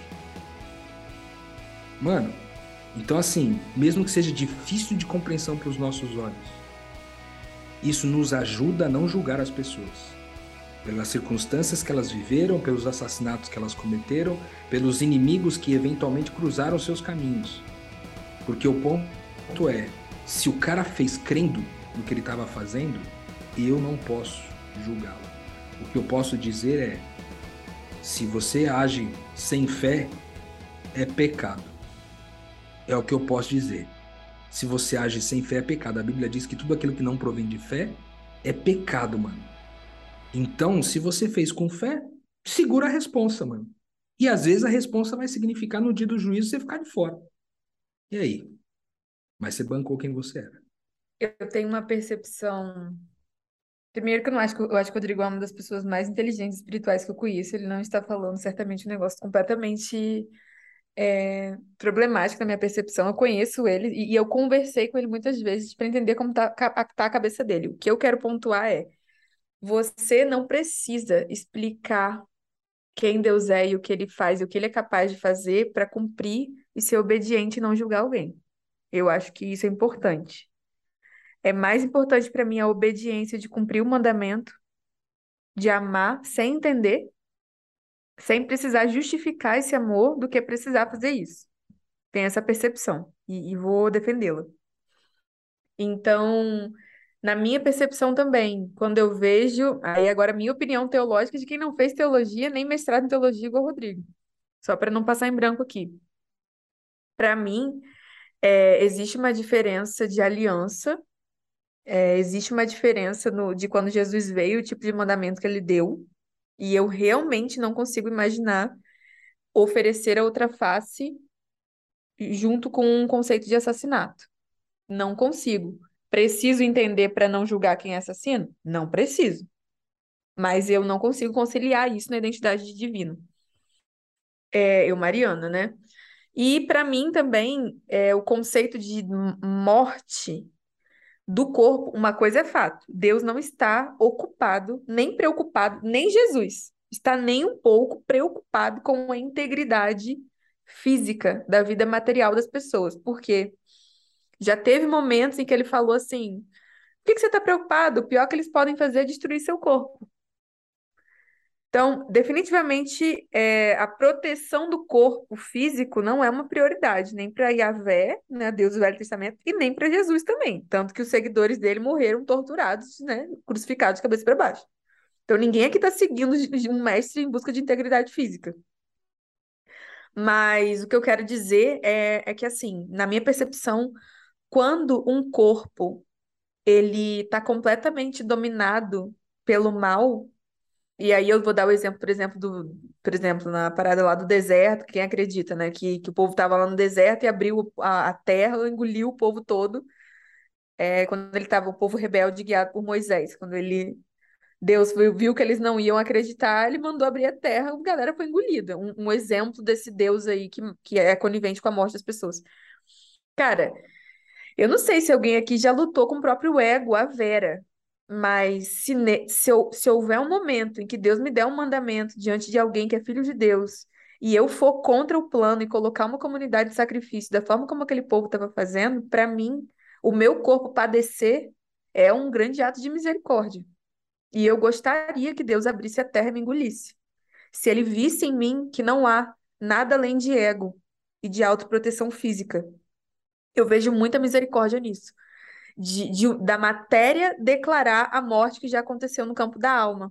Speaker 4: Mano, então assim, mesmo que seja difícil de compreensão para os nossos olhos, isso nos ajuda a não julgar as pessoas. Pelas circunstâncias que elas viveram, pelos assassinatos que elas cometeram, pelos inimigos que eventualmente cruzaram seus caminhos. Porque o ponto é, se o cara fez crendo no que ele estava fazendo, eu não posso julgá-lo. O que eu posso dizer é, se você age sem fé, é pecado. É o que eu posso dizer. Se você age sem fé, é pecado. A Bíblia diz que tudo aquilo que não provém de fé é pecado, mano. Então, se você fez com fé, segura a responsa, mano. E às vezes a responsa vai significar no dia do juízo você ficar de fora. E aí? Mas você bancou quem você era.
Speaker 3: Eu tenho uma percepção. Primeiro que eu não acho que eu acho que o Rodrigo é uma das pessoas mais inteligentes e espirituais que eu conheço. Ele não está falando certamente um negócio completamente é, problemático na minha percepção. Eu conheço ele e, e eu conversei com ele muitas vezes para entender como tá, ca- tá a cabeça dele. O que eu quero pontuar é: você não precisa explicar quem Deus é e o que ele faz e o que ele é capaz de fazer para cumprir e ser obediente e não julgar alguém. Eu acho que isso é importante. É mais importante para mim a obediência de cumprir o mandamento, de amar sem entender, sem precisar justificar esse amor, do que precisar fazer isso. Tenho essa percepção e, e vou defendê-la. Então, na minha percepção também, quando eu vejo, aí agora minha opinião teológica de quem não fez teologia nem mestrado em teologia igual o Rodrigo, só para não passar em branco aqui. Para mim, é, existe uma diferença de aliança. É, existe uma diferença no, de quando Jesus veio, o tipo de mandamento que ele deu, e eu realmente não consigo imaginar oferecer a outra face junto com um conceito de assassinato. Não consigo. Preciso entender para não julgar quem é assassino? Não preciso. Mas eu não consigo conciliar isso na identidade de divino. É, eu, Mariana, né? E para mim também, é, o conceito de m- morte do corpo, uma coisa é fato: Deus não está ocupado, nem preocupado, nem Jesus está nem um pouco preocupado com a integridade física da vida material das pessoas. Porque já teve momentos em que ele falou assim: por que que você está preocupado? O pior que eles podem fazer é destruir seu corpo. Então, definitivamente, é, a proteção do corpo físico não é uma prioridade, nem para Yahvé, né, Deus do Velho Testamento, e nem para Jesus também. Tanto que os seguidores dele morreram torturados, né, crucificados de cabeça para baixo. Então, ninguém aqui está seguindo um mestre em busca de integridade física. Mas o que eu quero dizer é, é que, assim, na minha percepção, quando um corpo ele está completamente dominado pelo mal. E aí eu vou dar o exemplo, por exemplo, do, por exemplo, na parada lá do deserto, quem acredita, né? Que, que o povo estava lá no deserto e abriu a, a terra, engoliu o povo todo. É, quando ele estava, o povo rebelde guiado por Moisés. Quando ele, Deus viu, viu que eles não iam acreditar, ele mandou abrir a terra, a galera foi engolida. Um, um exemplo desse Deus aí que, que é conivente com a morte das pessoas. Cara, eu não sei se alguém aqui já lutou com o próprio ego, a Vera, mas se, ne- se, eu- se houver um momento em que Deus me der um mandamento diante de alguém que é filho de Deus, e eu for contra o plano e colocar uma comunidade de sacrifício da forma como aquele povo estava fazendo, para mim, o meu corpo padecer é um grande ato de misericórdia. E eu gostaria que Deus abrisse a terra e me engolisse. Se ele visse em mim que não há nada além de ego e de autoproteção física, eu vejo muita misericórdia nisso. De, de- da matéria declarar a morte que já aconteceu no campo da alma.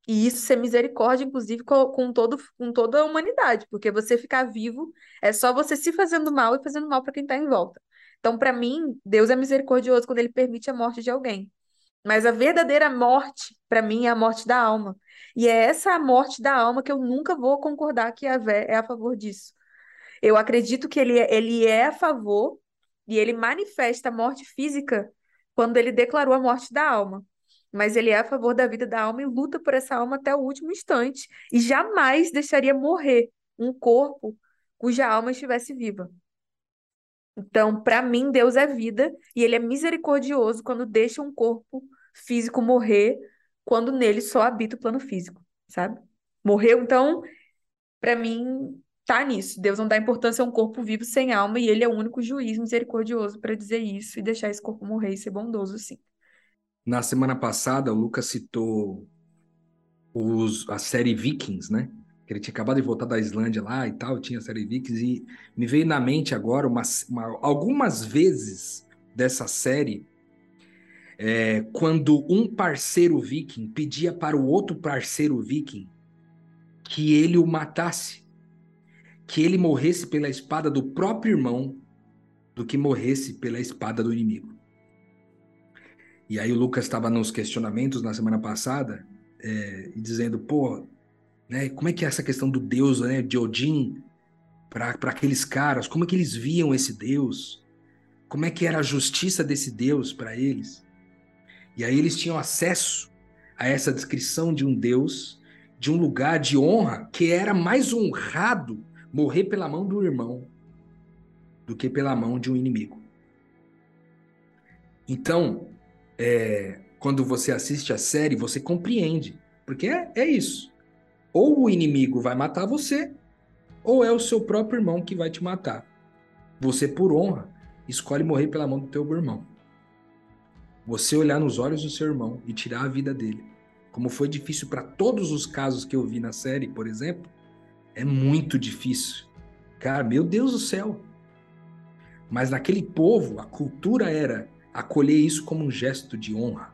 Speaker 3: E isso ser misericórdia, inclusive, com, com, todo, com toda a humanidade, porque você ficar vivo é só você se fazendo mal e fazendo mal para quem está em volta. Então, para mim, Deus é misericordioso quando ele permite a morte de alguém. Mas a verdadeira morte, para mim, é a morte da alma. E é essa morte da alma que eu nunca vou concordar que a Vé é a favor disso. Eu acredito que ele, é- ele é a favor e ele manifesta a morte física quando ele declarou a morte da alma. Mas ele é a favor da vida da alma e luta por essa alma até o último instante. E jamais deixaria morrer um corpo cuja alma estivesse viva. Então, para mim, Deus é vida e ele é misericordioso quando deixa um corpo físico morrer, quando nele só habita o plano físico, sabe? Morreu, então, para mim, tá nisso. Deus não dá importância a um corpo vivo sem alma e ele é o único juiz misericordioso para dizer isso e deixar esse corpo morrer e ser bondoso, sim.
Speaker 4: Na semana passada, o Lucas citou os, a série Vikings, né? Que ele tinha acabado de voltar da Islândia lá e tal, tinha a série Vikings, e me veio na mente agora umas, uma, algumas vezes dessa série, é, quando um parceiro viking pedia para o outro parceiro viking que ele o matasse, que ele morresse pela espada do próprio irmão, do que morresse pela espada do inimigo. E aí o Lucas estava nos questionamentos na semana passada, é, dizendo, pô, né, como é que é essa questão do deus, né, de Odin, para aqueles caras, como é que eles viam esse deus? Como é que era a justiça desse deus para eles? E aí eles tinham acesso a essa descrição de um deus, de um lugar de honra, que era mais honrado morrer pela mão do irmão do que pela mão de um inimigo. Então, é, quando você assiste a série, você compreende, porque é, é isso. Ou o inimigo vai matar você, ou é o seu próprio irmão que vai te matar. Você, por honra, escolhe morrer pela mão do teu irmão. Você olhar nos olhos do seu irmão e tirar a vida dele. Como foi difícil para todos os casos que eu vi na série, por exemplo, é muito difícil. Cara, meu Deus do céu. Mas naquele povo, a cultura era acolher isso como um gesto de honra.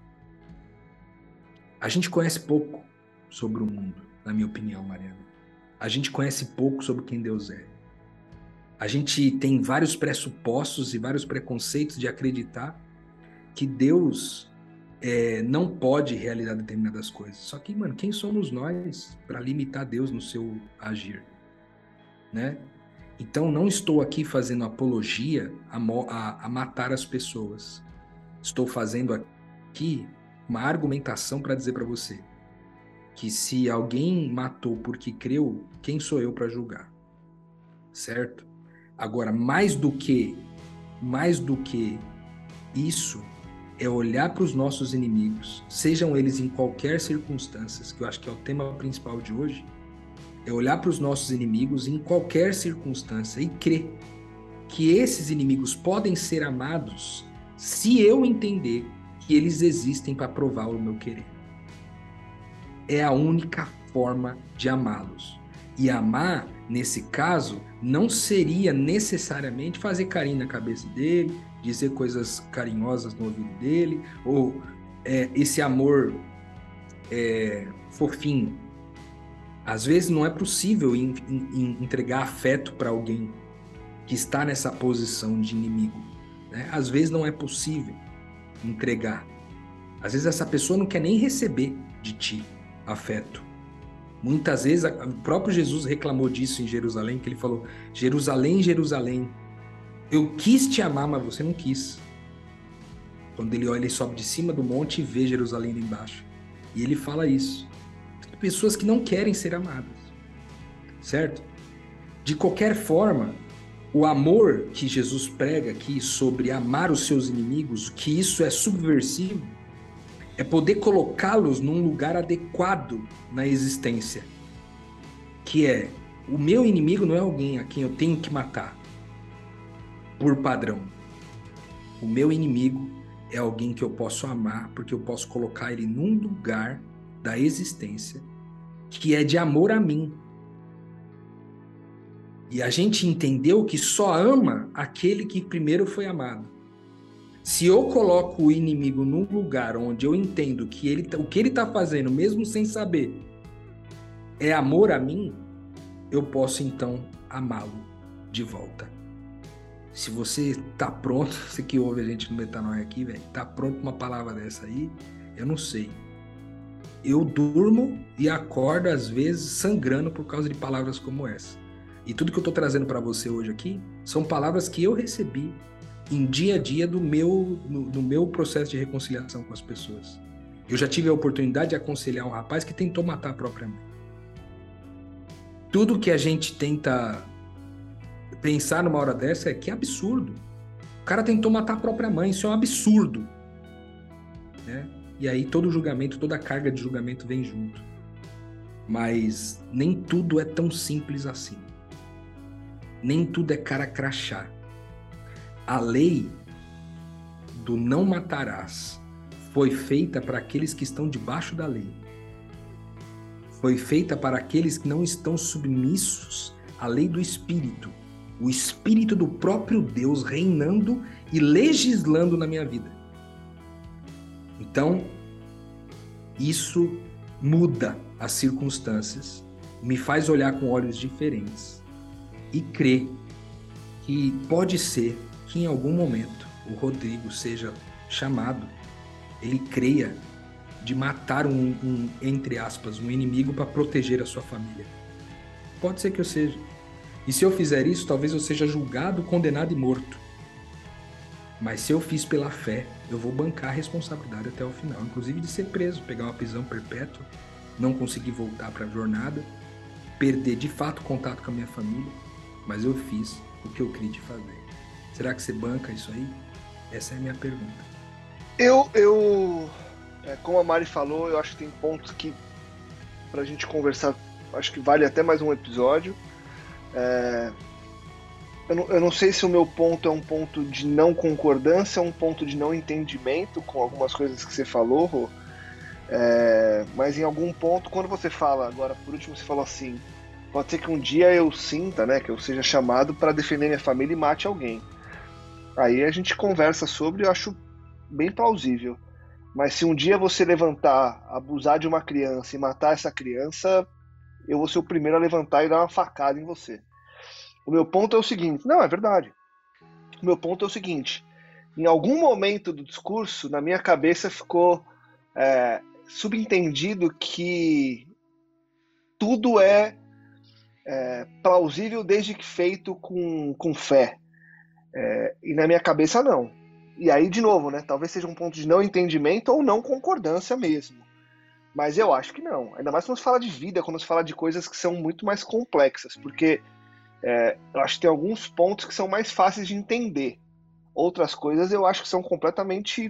Speaker 4: A gente conhece pouco sobre o mundo, na minha opinião, Mariana. A gente conhece pouco sobre quem Deus é. A gente tem vários pressupostos e vários preconceitos de acreditar que Deus é, não pode realizar determinadas coisas. Só que, mano, quem somos nós para limitar Deus no seu agir? Né? Então, não estou aqui fazendo apologia a, a, a matar as pessoas. Estou fazendo aqui uma argumentação para dizer para você que se alguém matou porque creu, quem sou eu para julgar? Certo? Agora, mais do que, mais do que isso, é olhar para os nossos inimigos, sejam eles em qualquer circunstância, que eu acho que é o tema principal de hoje, é olhar para os nossos inimigos em qualquer circunstância e crer que esses inimigos podem ser amados se eu entender que eles existem para provar o meu querer. É a única forma de amá-los. E amar, nesse caso, não seria necessariamente fazer carinho na cabeça dele, dizer coisas carinhosas no ouvido dele, ou é, esse amor é, fofinho. Às vezes não é possível in, in, entregar afeto para alguém que está nessa posição de inimigo. Né? Às vezes não é possível entregar. Às vezes essa pessoa não quer nem receber de ti afeto. Muitas vezes o próprio Jesus reclamou disso em Jerusalém, que ele falou, Jerusalém, Jerusalém, eu quis te amar, mas você não quis. Quando ele olha, ele sobe de cima do monte e vê Jerusalém lá embaixo. E ele fala isso. Pessoas que não querem ser amadas. Certo? De qualquer forma, o amor que Jesus prega aqui sobre amar os seus inimigos, que isso é subversivo, é poder colocá-los num lugar adequado na existência. Que é, o meu inimigo não é alguém a quem eu tenho que matar, por padrão. O meu inimigo é alguém que eu posso amar, porque eu posso colocar ele num lugar da existência que é de amor a mim. E a gente entendeu que só ama aquele que primeiro foi amado. Se eu coloco o inimigo num lugar onde eu entendo que ele, o que ele está fazendo, mesmo sem saber, é amor a mim, eu posso então amá-lo de volta. Se você tá pronto, você que ouve a gente no Metanoia aqui, velho, tá pronto pra uma palavra dessa aí, eu não sei. Eu durmo e acordo às vezes sangrando por causa de palavras como essa. E tudo que eu tô trazendo para você hoje aqui são palavras que eu recebi em dia a dia do meu, no, no meu processo de reconciliação com as pessoas. Eu já tive a oportunidade de aconselhar um rapaz que tentou matar a própria mãe. Tudo que a gente tenta pensar numa hora dessa é que absurdo. O cara tentou matar a própria mãe, isso é um absurdo. Né? E aí todo julgamento, toda a carga de julgamento vem junto. Mas nem tudo é tão simples assim. Nem tudo é cara crachá. A lei do não matarás foi feita para aqueles que estão debaixo da lei. Foi feita para aqueles que não estão submissos à lei do Espírito. O Espírito do próprio Deus reinando e legislando na minha vida. Então, isso muda as circunstâncias, me faz olhar com olhos diferentes e crer que pode ser que em algum momento o Rodrigo seja chamado, ele creia de matar um, um entre aspas, um inimigo para proteger a sua família. Pode ser que eu seja. E se eu fizer isso, talvez eu seja julgado, condenado e morto. Mas se eu fiz pela fé, eu vou bancar a responsabilidade até o final, inclusive de ser preso, pegar uma prisão perpétua, não conseguir voltar para a jornada, perder de fato contato com a minha família, mas eu fiz o que eu queria de fazer. Será que você banca isso aí? Essa é a minha pergunta.
Speaker 2: Eu, eu é, como a Mari falou, eu acho que tem pontos que pra gente conversar, acho que vale até mais um episódio. É, eu, não, eu não sei se o meu ponto é um ponto de não concordância, um ponto de não entendimento com algumas coisas que você falou, Rô. É, mas em algum ponto, quando você fala, agora por último você falou assim, pode ser que um dia eu sinta, né, que eu seja chamado para defender minha família e mate alguém. Aí a gente conversa sobre, eu acho bem plausível. Mas se um dia você levantar, abusar de uma criança e matar essa criança, eu vou ser o primeiro a levantar e dar uma facada em você. O meu ponto é o seguinte, não, é verdade. O meu ponto é o seguinte, em algum momento do discurso, na minha cabeça ficou é, subentendido que tudo é, é plausível desde que feito com, com fé. É, e na minha cabeça não. E aí, de novo, né? Talvez seja um ponto de não entendimento ou não concordância mesmo. Mas eu acho que não. Ainda mais quando se fala de vida, quando se fala de coisas que são muito mais complexas. Porque é, eu acho que tem alguns pontos que são mais fáceis de entender. Outras coisas eu acho que são completamente...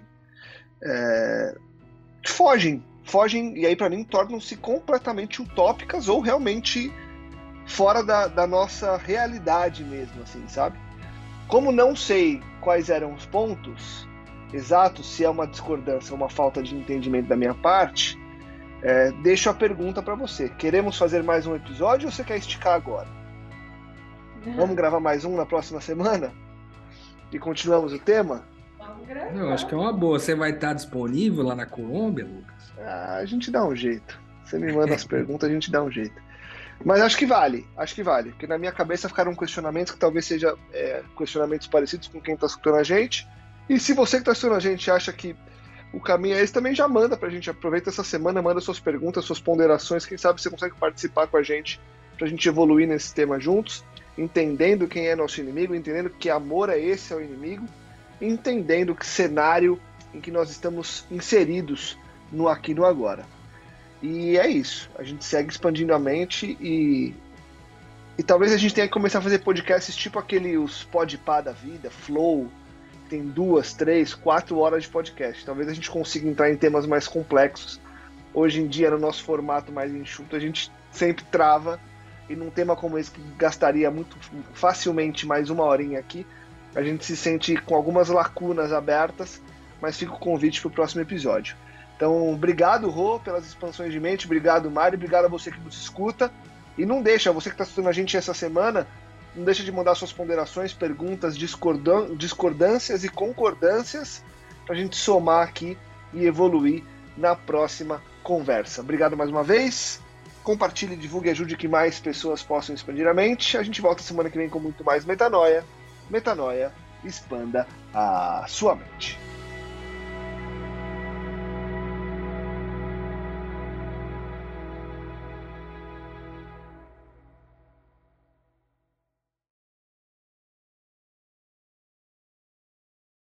Speaker 2: É, fogem. Fogem, e aí pra mim tornam-se completamente utópicas ou realmente fora da, da nossa realidade mesmo, assim, sabe? Como não sei quais eram os pontos exatos, se é uma discordância ou uma falta de entendimento da minha parte, é, deixo a pergunta para você. Queremos fazer mais um episódio ou você quer esticar agora? Não. Vamos gravar mais um na próxima semana? E continuamos o tema?
Speaker 3: Vamos gravar.
Speaker 4: Eu acho que é uma boa. Você vai estar disponível lá na Colômbia, Lucas?
Speaker 2: Ah, a gente dá um jeito. Você me manda as perguntas, a gente dá um jeito. Mas acho que vale, acho que vale, porque na minha cabeça ficaram questionamentos que talvez sejam é, questionamentos parecidos com quem está escutando a gente. E se você que está escutando a gente acha que o caminho é esse, também já manda pra gente. Aproveita essa semana, manda suas perguntas, suas ponderações. Quem sabe você consegue participar com a gente pra gente evoluir nesse tema juntos, entendendo quem é nosso inimigo, entendendo que amor é esse ao inimigo, entendendo que cenário em que nós estamos inseridos no aqui e no agora. E é isso, a gente segue expandindo a mente e, e talvez a gente tenha que começar a fazer podcasts tipo aquele, os Podpah da vida, Flow, tem duas, três, quatro horas de podcast. Talvez a gente consiga entrar em temas mais complexos. Hoje em dia, no nosso formato mais enxuto, a gente sempre trava, e num tema como esse que gastaria muito facilmente mais uma horinha aqui, a gente se sente com algumas lacunas abertas, mas fica o convite para o próximo episódio. Então, obrigado, Rô, pelas expansões de mente, obrigado, Mari, obrigado a você que nos escuta, e não deixa, você que está escutando a gente essa semana, não deixa de mandar suas ponderações, perguntas, discordan- discordâncias e concordâncias para a gente somar aqui e evoluir na próxima conversa. Obrigado mais uma vez Compartilhe, divulgue e ajude que mais pessoas possam expandir a mente. A gente volta semana que vem com muito mais Metanoia. Metanoia, expanda a sua mente.